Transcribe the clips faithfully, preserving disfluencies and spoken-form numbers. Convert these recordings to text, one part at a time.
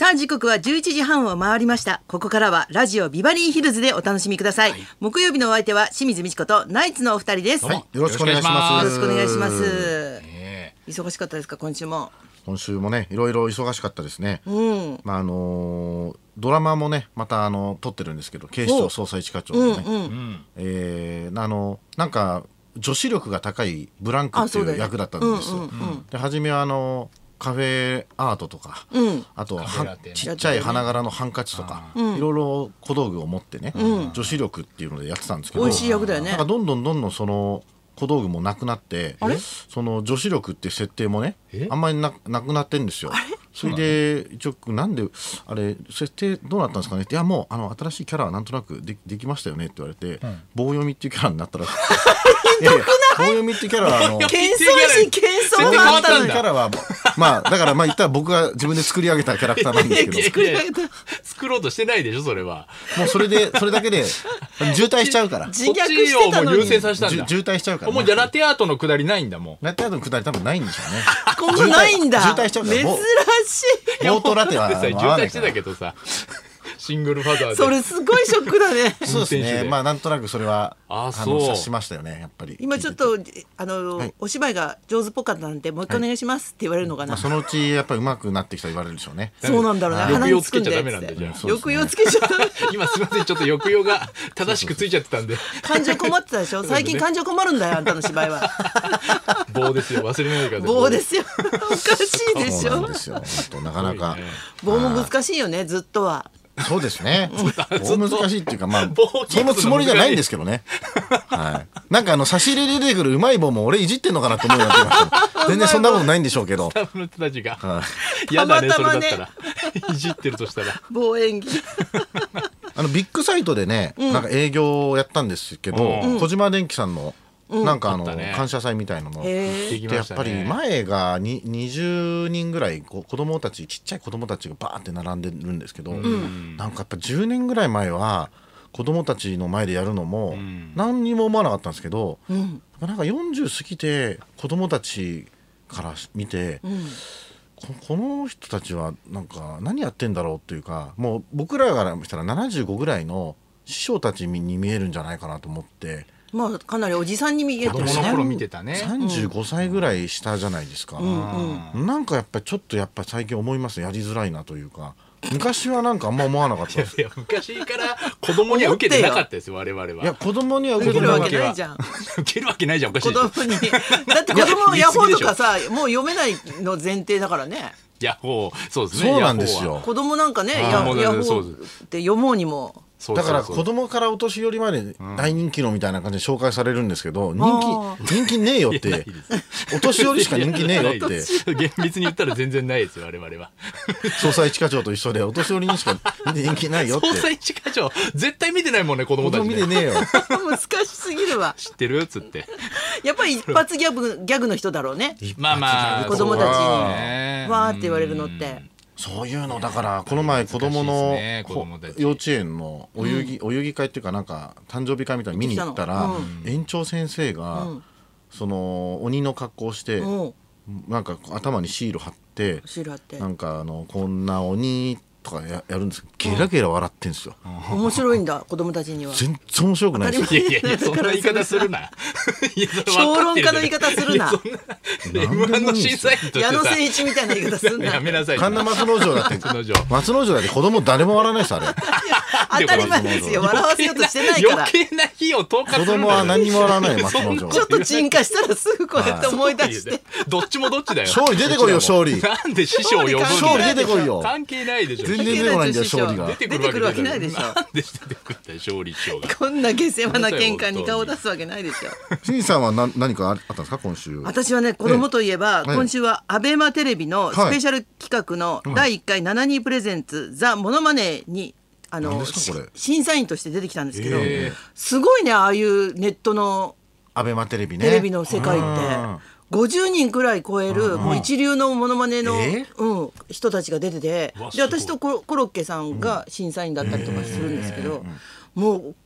さあ時刻はじゅういちじはんを回りました。ここからはラジオビバリーヒルズでお楽しみください、はい、木曜日のお相手は清水美智子とナイツのお二人です、 はい、よろしくお願いします。 よろしくお願いします、えー、忙しかったですか？今週も今週もねいろいろ忙しかったですね、うんまああのー、ドラマもねまたあの撮ってるんですけど、警視庁捜査一課長のね、うんうんえー、あのなんか女子力が高いブランクっていう役だったんですよ。で初めはあのカフェアートとか、うん、あとはちっちゃい花柄のハンカチとか、うん、いろいろ小道具を持ってね、うん、女子力っていうのでやってたんですけど、 美味しい役だよね。 なんかどんどんどんどんその小道具もなくなって、その女子力っていう設定もねあんまり な, なくなってるんですよ。それで一応なんであれ設定どうなったんですかねって、いやもうあの新しいキャラはなんとなく で, できましたよねって言われて、うん、棒読みっていうキャラになったらひどくない？ 棒読みっていうキャラはあの謙遜し謙遜があったのキャラはまあだからまあ言ったら僕が自分で作り上げたキャラクターなんですけど作り上げた作ろうとしてないでしょそれは。 もうそれでそれだけで渋滞しちゃうから自虐してたのに優先させたんだ。 渋滞しちゃうから、 もうじゃあラテアートのくだりないんだもん。 ラテアートのくだり多分ないんでしょうね。 今後ないんだ。 渋滞しちゃうから珍しい。 オートラテは渋滞してたけどさシングルファザーでそれすごいショックだね。 そうですね。まあなんとなくそれはああの察しましたよねやっぱり。 今ちょっとあの、はい、お芝居が上手っぽかったなんでもう一回お願いしますって言われるのかな、 はいまあ、そのうちやっぱり上手くなってきたら言われるでしょうね。 そうなんだろうね。 抑揚つけちゃダメなんでじゃあ。 抑揚つけちゃダメ。 今すみませんちょっと抑揚が正しくついちゃってたんで。 感情困ってたでしょ。最近感情困るんだよあんたの芝居は。 棒ですよ忘れないでください。 棒ですよ。おかしいでしょ。 そうなんですよ。なかなか棒も難しいよねずっとは。 そうですね。棒難しいっていうかまあそのつもりじゃないんですけどね。はい。なんかあの差し入れで出てくるうまい棒も俺いじってんのかなと思うようになってました。全然そんなことないんでしょうけど。 スタッフの人たちが嫌だねそれだったらいじってるとしたら。 棒演技。 あのビッグサイトでねなんか営業をやったんですけど、小島電機さんのなんかあの感謝祭みたいなのでやっぱり前がににじゅうにんぐらい子供たちちっちゃい子供たちがバーって並んでるんですけど、なんかやっぱじゅうねんぐらい前は子供たちの前でやるのも何にも思わなかったんですけど、なんかよんじゅう過ぎて子供たちから見てこの人たちはなんか何やってんだろうっていうか、もう僕らからしたらななじゅうごぐらいの師匠たちに見えるんじゃないかなと思って。 まあかなりおじさんに見えてるね。 子供の頃見てたね。 さんじゅうごさいぐらい下じゃないですか、うんうん、なんかやっぱりちょっとやっぱ最近思いますやりづらいなというか、昔はなんかあんま思わなかったです。 いやいや昔から子供には受けてなかったですよ我々は。 いや子供には受けるわけないじゃん。 受けるわけないじゃんおかしい。 子供にだって子供のヤホーとかさもう読めないの前提だからね。 ヤホーそうですね。 そうなんですよ。 子供なんかねヤホーって読もうにも。 だから子供からお年寄りまで大人気のみたいな感じで紹介されるんですけど、人気人気ねえよって。お年寄りしか人気ねえよって。 厳密に言ったら全然ないですよ我々は。 捜査一課長と一緒でお年寄りにしか人気ないよって。 捜査一課長絶対見てないもんね子供たち。 子供見てねえよ。 難しすぎるわ。 知ってるっつって。 やっぱり一発ギャグギャグの人だろうね。 まあまあ子供たちにわーって言われるのって。 そういうのだからこの前子供の幼稚園のお遊戯、うん、お遊戯会っていうかなんか誕生日会みたいに見に行ったら、うん、園長先生が、うん、その鬼の格好をして、うん、なんか頭にシール貼ってなんかあのこんな鬼とか や, やるんですけどゲラゲラ笑ってんですよ、 うん、面白いんだ子供たちには。 全然面白くないですよ。いやいやそんな言い方するな。 評論家の言い方するな。 エムワン の審査員としてさ矢野誠一みたいな言い方するな。 やめなさい。 神田松之丞だって松之丞だって子供誰も笑わないですあれ。 当たり前ですよ笑わせようとしてないから。 余計な日を統括する。 子供は何にも笑わない松之丞。 ちょっと沈下したらすぐこうやって思い出して。 どっちもどっちだよ。 勝利出てこいよ勝利。 なんで師匠を呼ぶんだよ。 勝利出てこいよ。 関係ないでしょ。 全然出てこないんだよ勝利が。 出てくるわけないでしょ。 なんで出てくるんだよ勝利師匠が。 こんな下世話な喧嘩に顔を出すわけないでしょ。 清水さんは何何かあったんですか今週。 私はね子供といえば、ええ、今週はアベマテレビのスペシャル企画のだいいっかいななにプレゼンツ、はい、ザ・モノマネにあの審査員として出てきたんですけど、えー、すごいねああいうネットのアベマテレビねテレビの世界ってごじゅうにんくらい超えるもう一流のモノマネの、えーうん、人たちが出てて、で私とコロッケさんが審査員だったりとかするんですけど、もう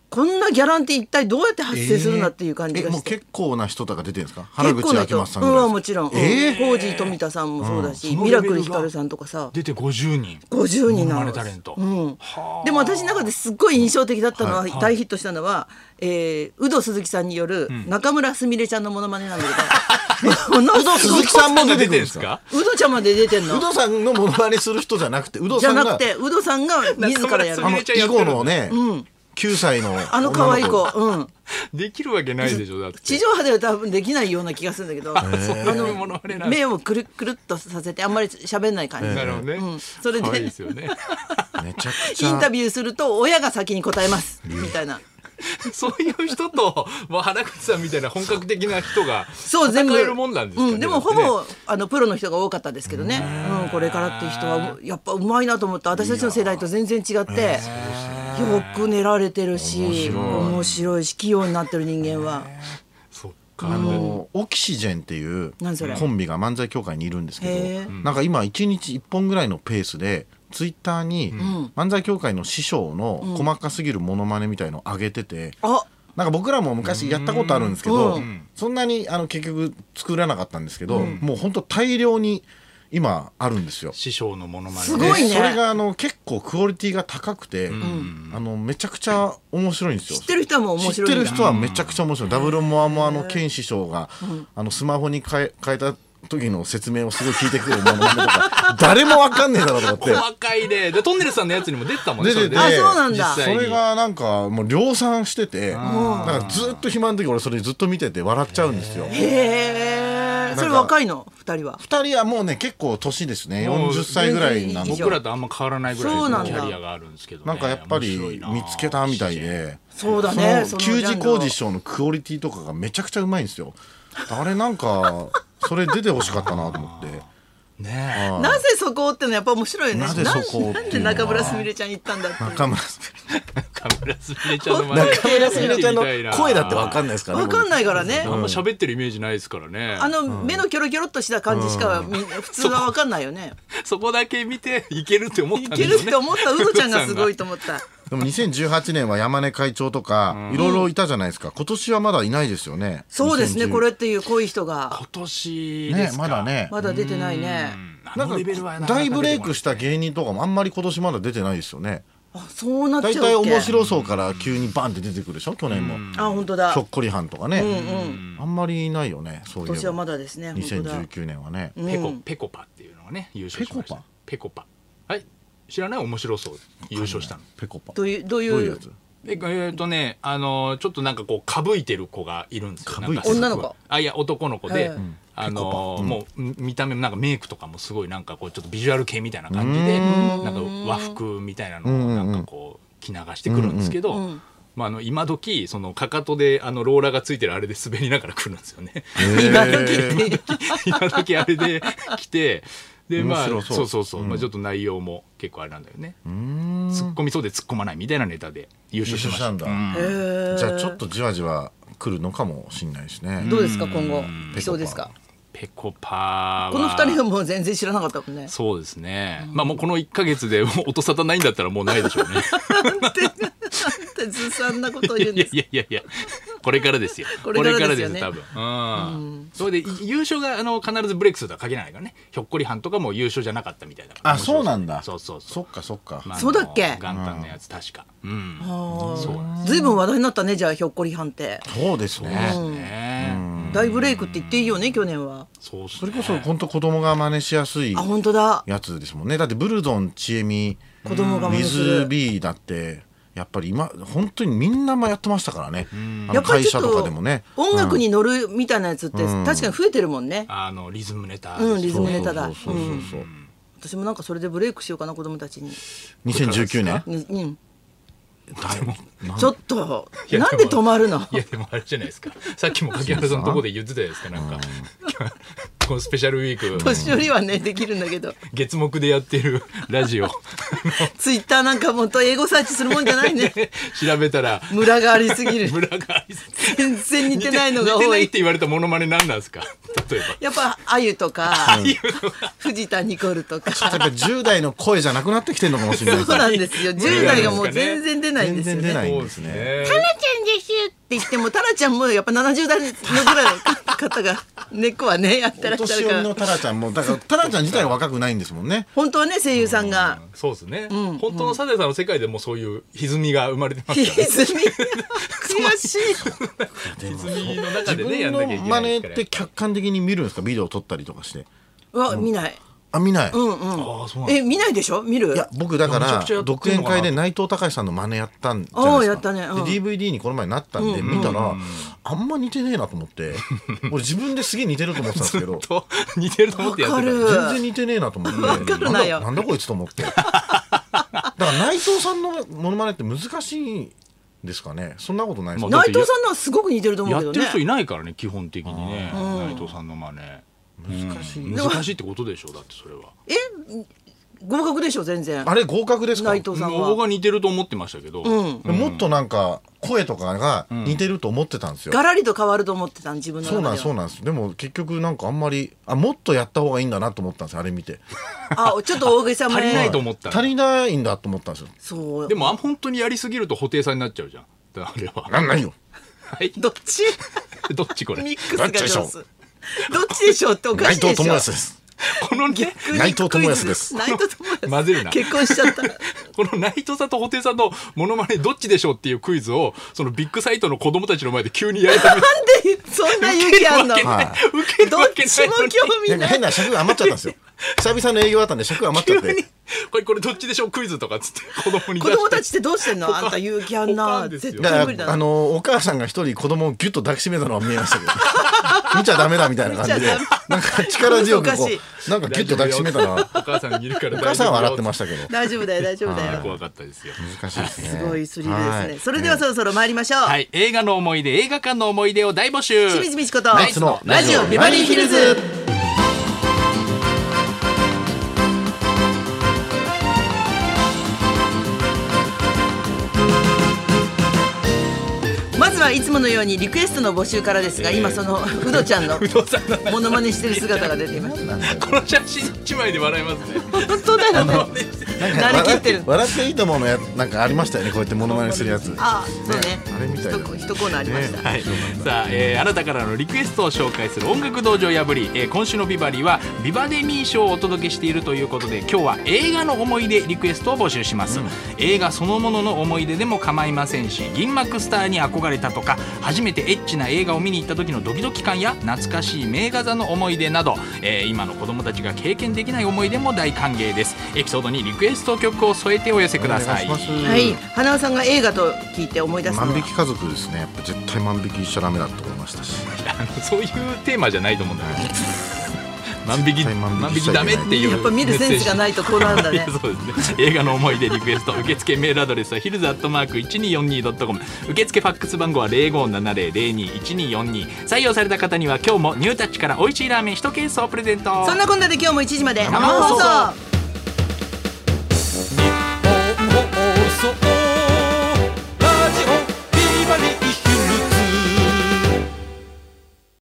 こんなギャランティー一体どうやって発生するなっていう感じがして、 えー、もう結構な人とか出てるんですか？原口あきまさんぐらい。 うん、もちろん、 えー、 コージー富田さんもそうだし、うん、ミラクルひかるさんとかさ出てごじゅうにんごじゅうにんなの。 タレント、 うん、でも私の中ですっごい印象的だったのは、はい、大ヒットしたのは、えー、ウド鈴木さんによる中村すみれちゃんのモノマネなんだけど、うん、 ウド鈴木さんも出てくるんですか？ ウドちゃんまで出てんの。 ウドさんのモノマネする人じゃなくて、ウドさんがじゃなくてウドさんが自らやる。 あの囲碁のね、うん、きゅうさいのあの可愛い子、うん、 できるわけないでしょ。だって地上波では多分できないような気がするんだけど、あの目をくるくるっとさせてあんまり喋んない感じ、 なるほどね、 うん、それでいいですよねめちゃくちゃインタビューすると親が先に答えますみたいなそういう人ともう原口さんみたいな本格的な人が戦えるもんなんですかね。 うん、でもほぼあのプロの人が多かったですけどね、うん、これからっていう人はやっぱうまいなと思って、私たちの世代と全然違ってよく練られてるし面白いし器用になってる人間は。 そっか、 あのオキシジェンっていうコンビが漫才協会にいるんですけど、なんか今いちにちいっぽんぐらいのペースでツイッターに漫才協会の師匠の細かすぎるモノマネみたいのを上げてて、うん、なんか僕らも昔やったことあるんですけど、うん、そんなにあの結局作らなかったんですけど、うん、もうほんと大量に今あるんですよ、 師匠のモノマネ。 すごいね。 それがあの結構クオリティが高くて、うん、あのめちゃくちゃ面白いんですよ。 知ってる人はもう面白いんだ。 知ってる人はめちゃくちゃ面白い。ダブルモアモアのケン師匠が、うん、あのスマホに変え、変えた時の説明をすごい聞いてくるモノマネとか誰もわかんねえだろうと思って細かいね。でトンネルズさんのやつにも出てたもんね。 出てて、 あ、そうなんだ。 それがなんかもう量産してて、なんかずっと暇の時俺それずっと見てて笑っちゃうんですよ。 へえ。それ若いのふたりは？ ふたりはもうね結構年ですね。よんじゅっさいぐらいなんで、 僕らとあんま変わらないぐらいのキャリアがあるんですけどね。 なんかやっぱり見つけたみたいで、 そうだね。 その給仕工事師匠のクオリティとかがめちゃくちゃうまいんですよ。あれなんかそれ出てほしかったなと思ってね。 なぜそこってのやっぱ面白いよね。 なぜそこなんで中村すみれちゃん行ったんだって。 中村すみれちゃんの中村すみれちゃんの声だって分かんないですからね。 分かんないからね。 あんま喋ってるイメージないですからね。 あの目のキョロキョロっとした感じしか普通は分かんないよね。 そこだけ見ていけるって思ったんですよね。いけるって思った。ウドちゃんがすごいと思った。 でもにせんじゅうはちねんは山根会長とかいろいろいたじゃないですか。今年はまだいないですよね。 そうですね。これっていう濃い人が今年ですか。 ね、まだね。 まだ出てないね。 なんか大ブレイクした芸人とかもあんまり今年まだ出てないですよね。 あ、そうなっちゃうっけ。 大体面白そうから急にバンって出てくるでしょ、去年も。 あ、本当だ。 ひょっこりはんとかね、あんまりいないよね。そういう今年はまだですね。 にせんじゅうきゅうねんはね。 ペコペコパっていうのがね優勝しました。ペコパ。はい。知らない？面白そう優勝したの。 ペコパ。 どういうどういうやつ？ えーとね、あのちょっとなんかこうかぶいてる子がいるんですよ。 女の子？ あ、いや男の子で、あのもう見た目もなんかメイクとかもすごいなんかこうちょっとビジュアル系みたいな感じで、なんか和服みたいなのをなんかこう着流してくるんですけど、まああの今時そのかかとであのローラーがついてるあれで滑りながら来るんですよね。 今時今時あれで来て。でまあそうそうそう、まあちょっと内容も結構あれなんだよね。突っ込みそうで突っ込まないみたいなネタで優勝しました。 じゃあちょっとじわじわ来るのかもしれないですね。 どうですか今後？来そうですか？ ペコパはこのふたりはもう全然知らなかったもんね。 そうですね。まあもうこのいっかげつで音沙汰ないんだったらもうないでしょうね。 なんてなんてずさんなことを言うんですか。 いやいやいやこれからですよ。 これからですよね。 多分。うん。それで優勝があの必ずブレイクするとは限らないからね。ひょっこりはんとかも優勝じゃなかったみたいだから。 あ、そうなんだ。 そうそうそう。そっかそっか。 そうだっけ？ 元旦のやつ確か。うん。 そう。ずいぶん話題になったね、じゃあひょっこりはんって。 そうですね。 大ブレイクって言っていいよね、去年は。 そう。 それこそ本当子供が真似しやすいやつですもんね。だってブルゾンちえみ、 子供が真似する。 ウィズビーだってやっぱり今本当にみんなもやってましたからね。やっぱり会社とかでもね。 音楽に乗るみたいなやつって確かに増えてるもんね。 あのリズムネタ。 うん、リズムネタだ。 そうそうそうそう。 私もなんかそれでブレイクしようかな、子供たちに。 にせんじゅうきゅうねん。 うん。ちょっとなんで止まるの？ いやでもあれじゃないですか。さっきも柿原さんのとこで言ってたじゃないですか、なんか。 このスペシャルウィーク年寄りはねできるんだけど月目でやってるラジオツイッターなんかもっと英語サーチするもんじゃないね調べたらムラがありすぎるムラがありすぎる全然似てないのが多い。 似てないって言われたモノマネ何なんですか？例えばやっぱあゆとか藤田ニコルとかやっぱじゅう代の声じゃなくなってきてるのかもしれない。 そうなんですよ。じゅう代がもう全然出ないんですよね。 全然出ないんですね。 タラちゃんですって言ってもタラちゃんもやっぱななじゅう代のぐらいの方が根っこはねやってらっしゃるから。 お年寄りのタラちゃんもだからタラちゃん自体は若くないんですもんね。 本当はね声優さんが、 うん、そうですね、うん、本当のサザエさんの世界でもそういう歪みが生まれてますからね。 歪み悔しい歪みの中でね自分の真似って客観的に見るんですか？ビデオ撮ったりとかして。 うわ見ない。 あ見ない。 うんうん。あそうなんえ見ないでしょ？見る？ いや僕だから独演会で内藤隆さんの真似やったんじゃないですか。 やったね。 で ディーブイディー にこの前なったんで見たらあんま似てねえなと思って、俺自分ですげえ似てると思ってたんですけど、 似てると思ってやってた。 全然似てねえなと思って。 わかるなよ。 なんだこいつと思って。だから内藤さんのモノマネって難しいですかね。そんなことないですか？ 内藤さんのはすごく似てると思うけどね。 やってる人いないからね基本的にね。内藤さんの真似。難しい、うん、難しいってことでしょ。だってそれはえ合格でしょ全然。 あれ合格ですか？ 内藤さんは僕が似てると思ってましたけど、 うんうん、もっとなんか声とかが似てると思ってたんですよ、 うん、ガラリと変わると思ってた自分の中では。 そうなんそうなんです。でも結局なんかあんまりあもっとやった方がいいんだなと思ったんですよあれ見て。 あちょっと大げさも足りないと思った足りないんだと思ったんですよ。 そうでもあ本当にやりすぎると布袋さんになっちゃうじゃん。あれはなんないよ。 はい、 どっちどっちこれミックスが上手。どっちでしょうっておかしいでしょ。 内藤智康です。 このね内藤智康です。 内藤智康混ぜるな。 結婚しちゃった。 この内藤さんと布袋さんのモノマネどっちでしょうっていうクイズをそのビッグサイトの子供たちの前で急にやり始めた。 なんでそんな勇気あんの？ 受けるわけない。 どっちも興味ない。 変な尺が余っちゃったんですよ。久々の営業だったんで尺が余っちゃって。 これこれどっちでしょうクイズとかっつって子供に出して。 子供たちってどうしてんの？あんた勇気あんな。絶対無理だな。 あのお母さんが一人子供をギュッと抱きしめたのは見えましたけど。見ちゃダメだみたいな感じでなんか力強くこうなんかギュッと抱きしめたのはお母さんいるからお母さんは笑ってましたけど大丈夫だよ大丈夫だよ。 怖かったですよ。 難しいですね。 すごいスリルですね。それではそろそろ参りましょう。 はい、映画の思い出映画館の思い出を大募集。 清水美智子とナイツのラジオビバリーヒルズ。まずはいつものようにリクエストの募集からですが、えー、今そのウドちゃんのモノマネしてる姿が出ています。 この写真一枚で笑いますね。 本当だよね。 なりきってる。笑っていいと思うのやなんかありましたよね。こうやってモノマネするやつ。 ああそうね。 あれみたいな。 一コーナーありました。 はい。さあ、えー、あなたからのリクエストを紹介する音楽道場破り、えー、今週のビバリーはビバデミー賞をお届けしているということで、今日は映画の思い出リクエストを募集します。うん、映画そのものの思い出でも構いませんし、銀幕スターに憧れたとか。初めてエッチな映画を見に行った時のドキドキ感や懐かしい名画座の思い出など、えー、今の子供たちが経験できない思い出も大歓迎です。エピソードにリクエスト曲を添えてお寄せください。 はい、花尾さんが映画と聞いて思い出すのは万引き家族ですね。やっぱ絶対万引きしちゃダメだと思いましたしあのそういうテーマじゃないと思うんだよね万引き万引きダメっていうやっぱ見るセンスがないとこうなんだねそうですね。映画の思い出リクエスト受付メールアドレスはヒルズアットマーク いちにーよんにードットコム、 受付ファックス番号は ゼロごーななゼロ ゼロにーいちにーよんにー。採用された方には今日もニュータッチから美味しいラーメンいちケースをプレゼント。 そんなこんなで今日もいちじまで生放送。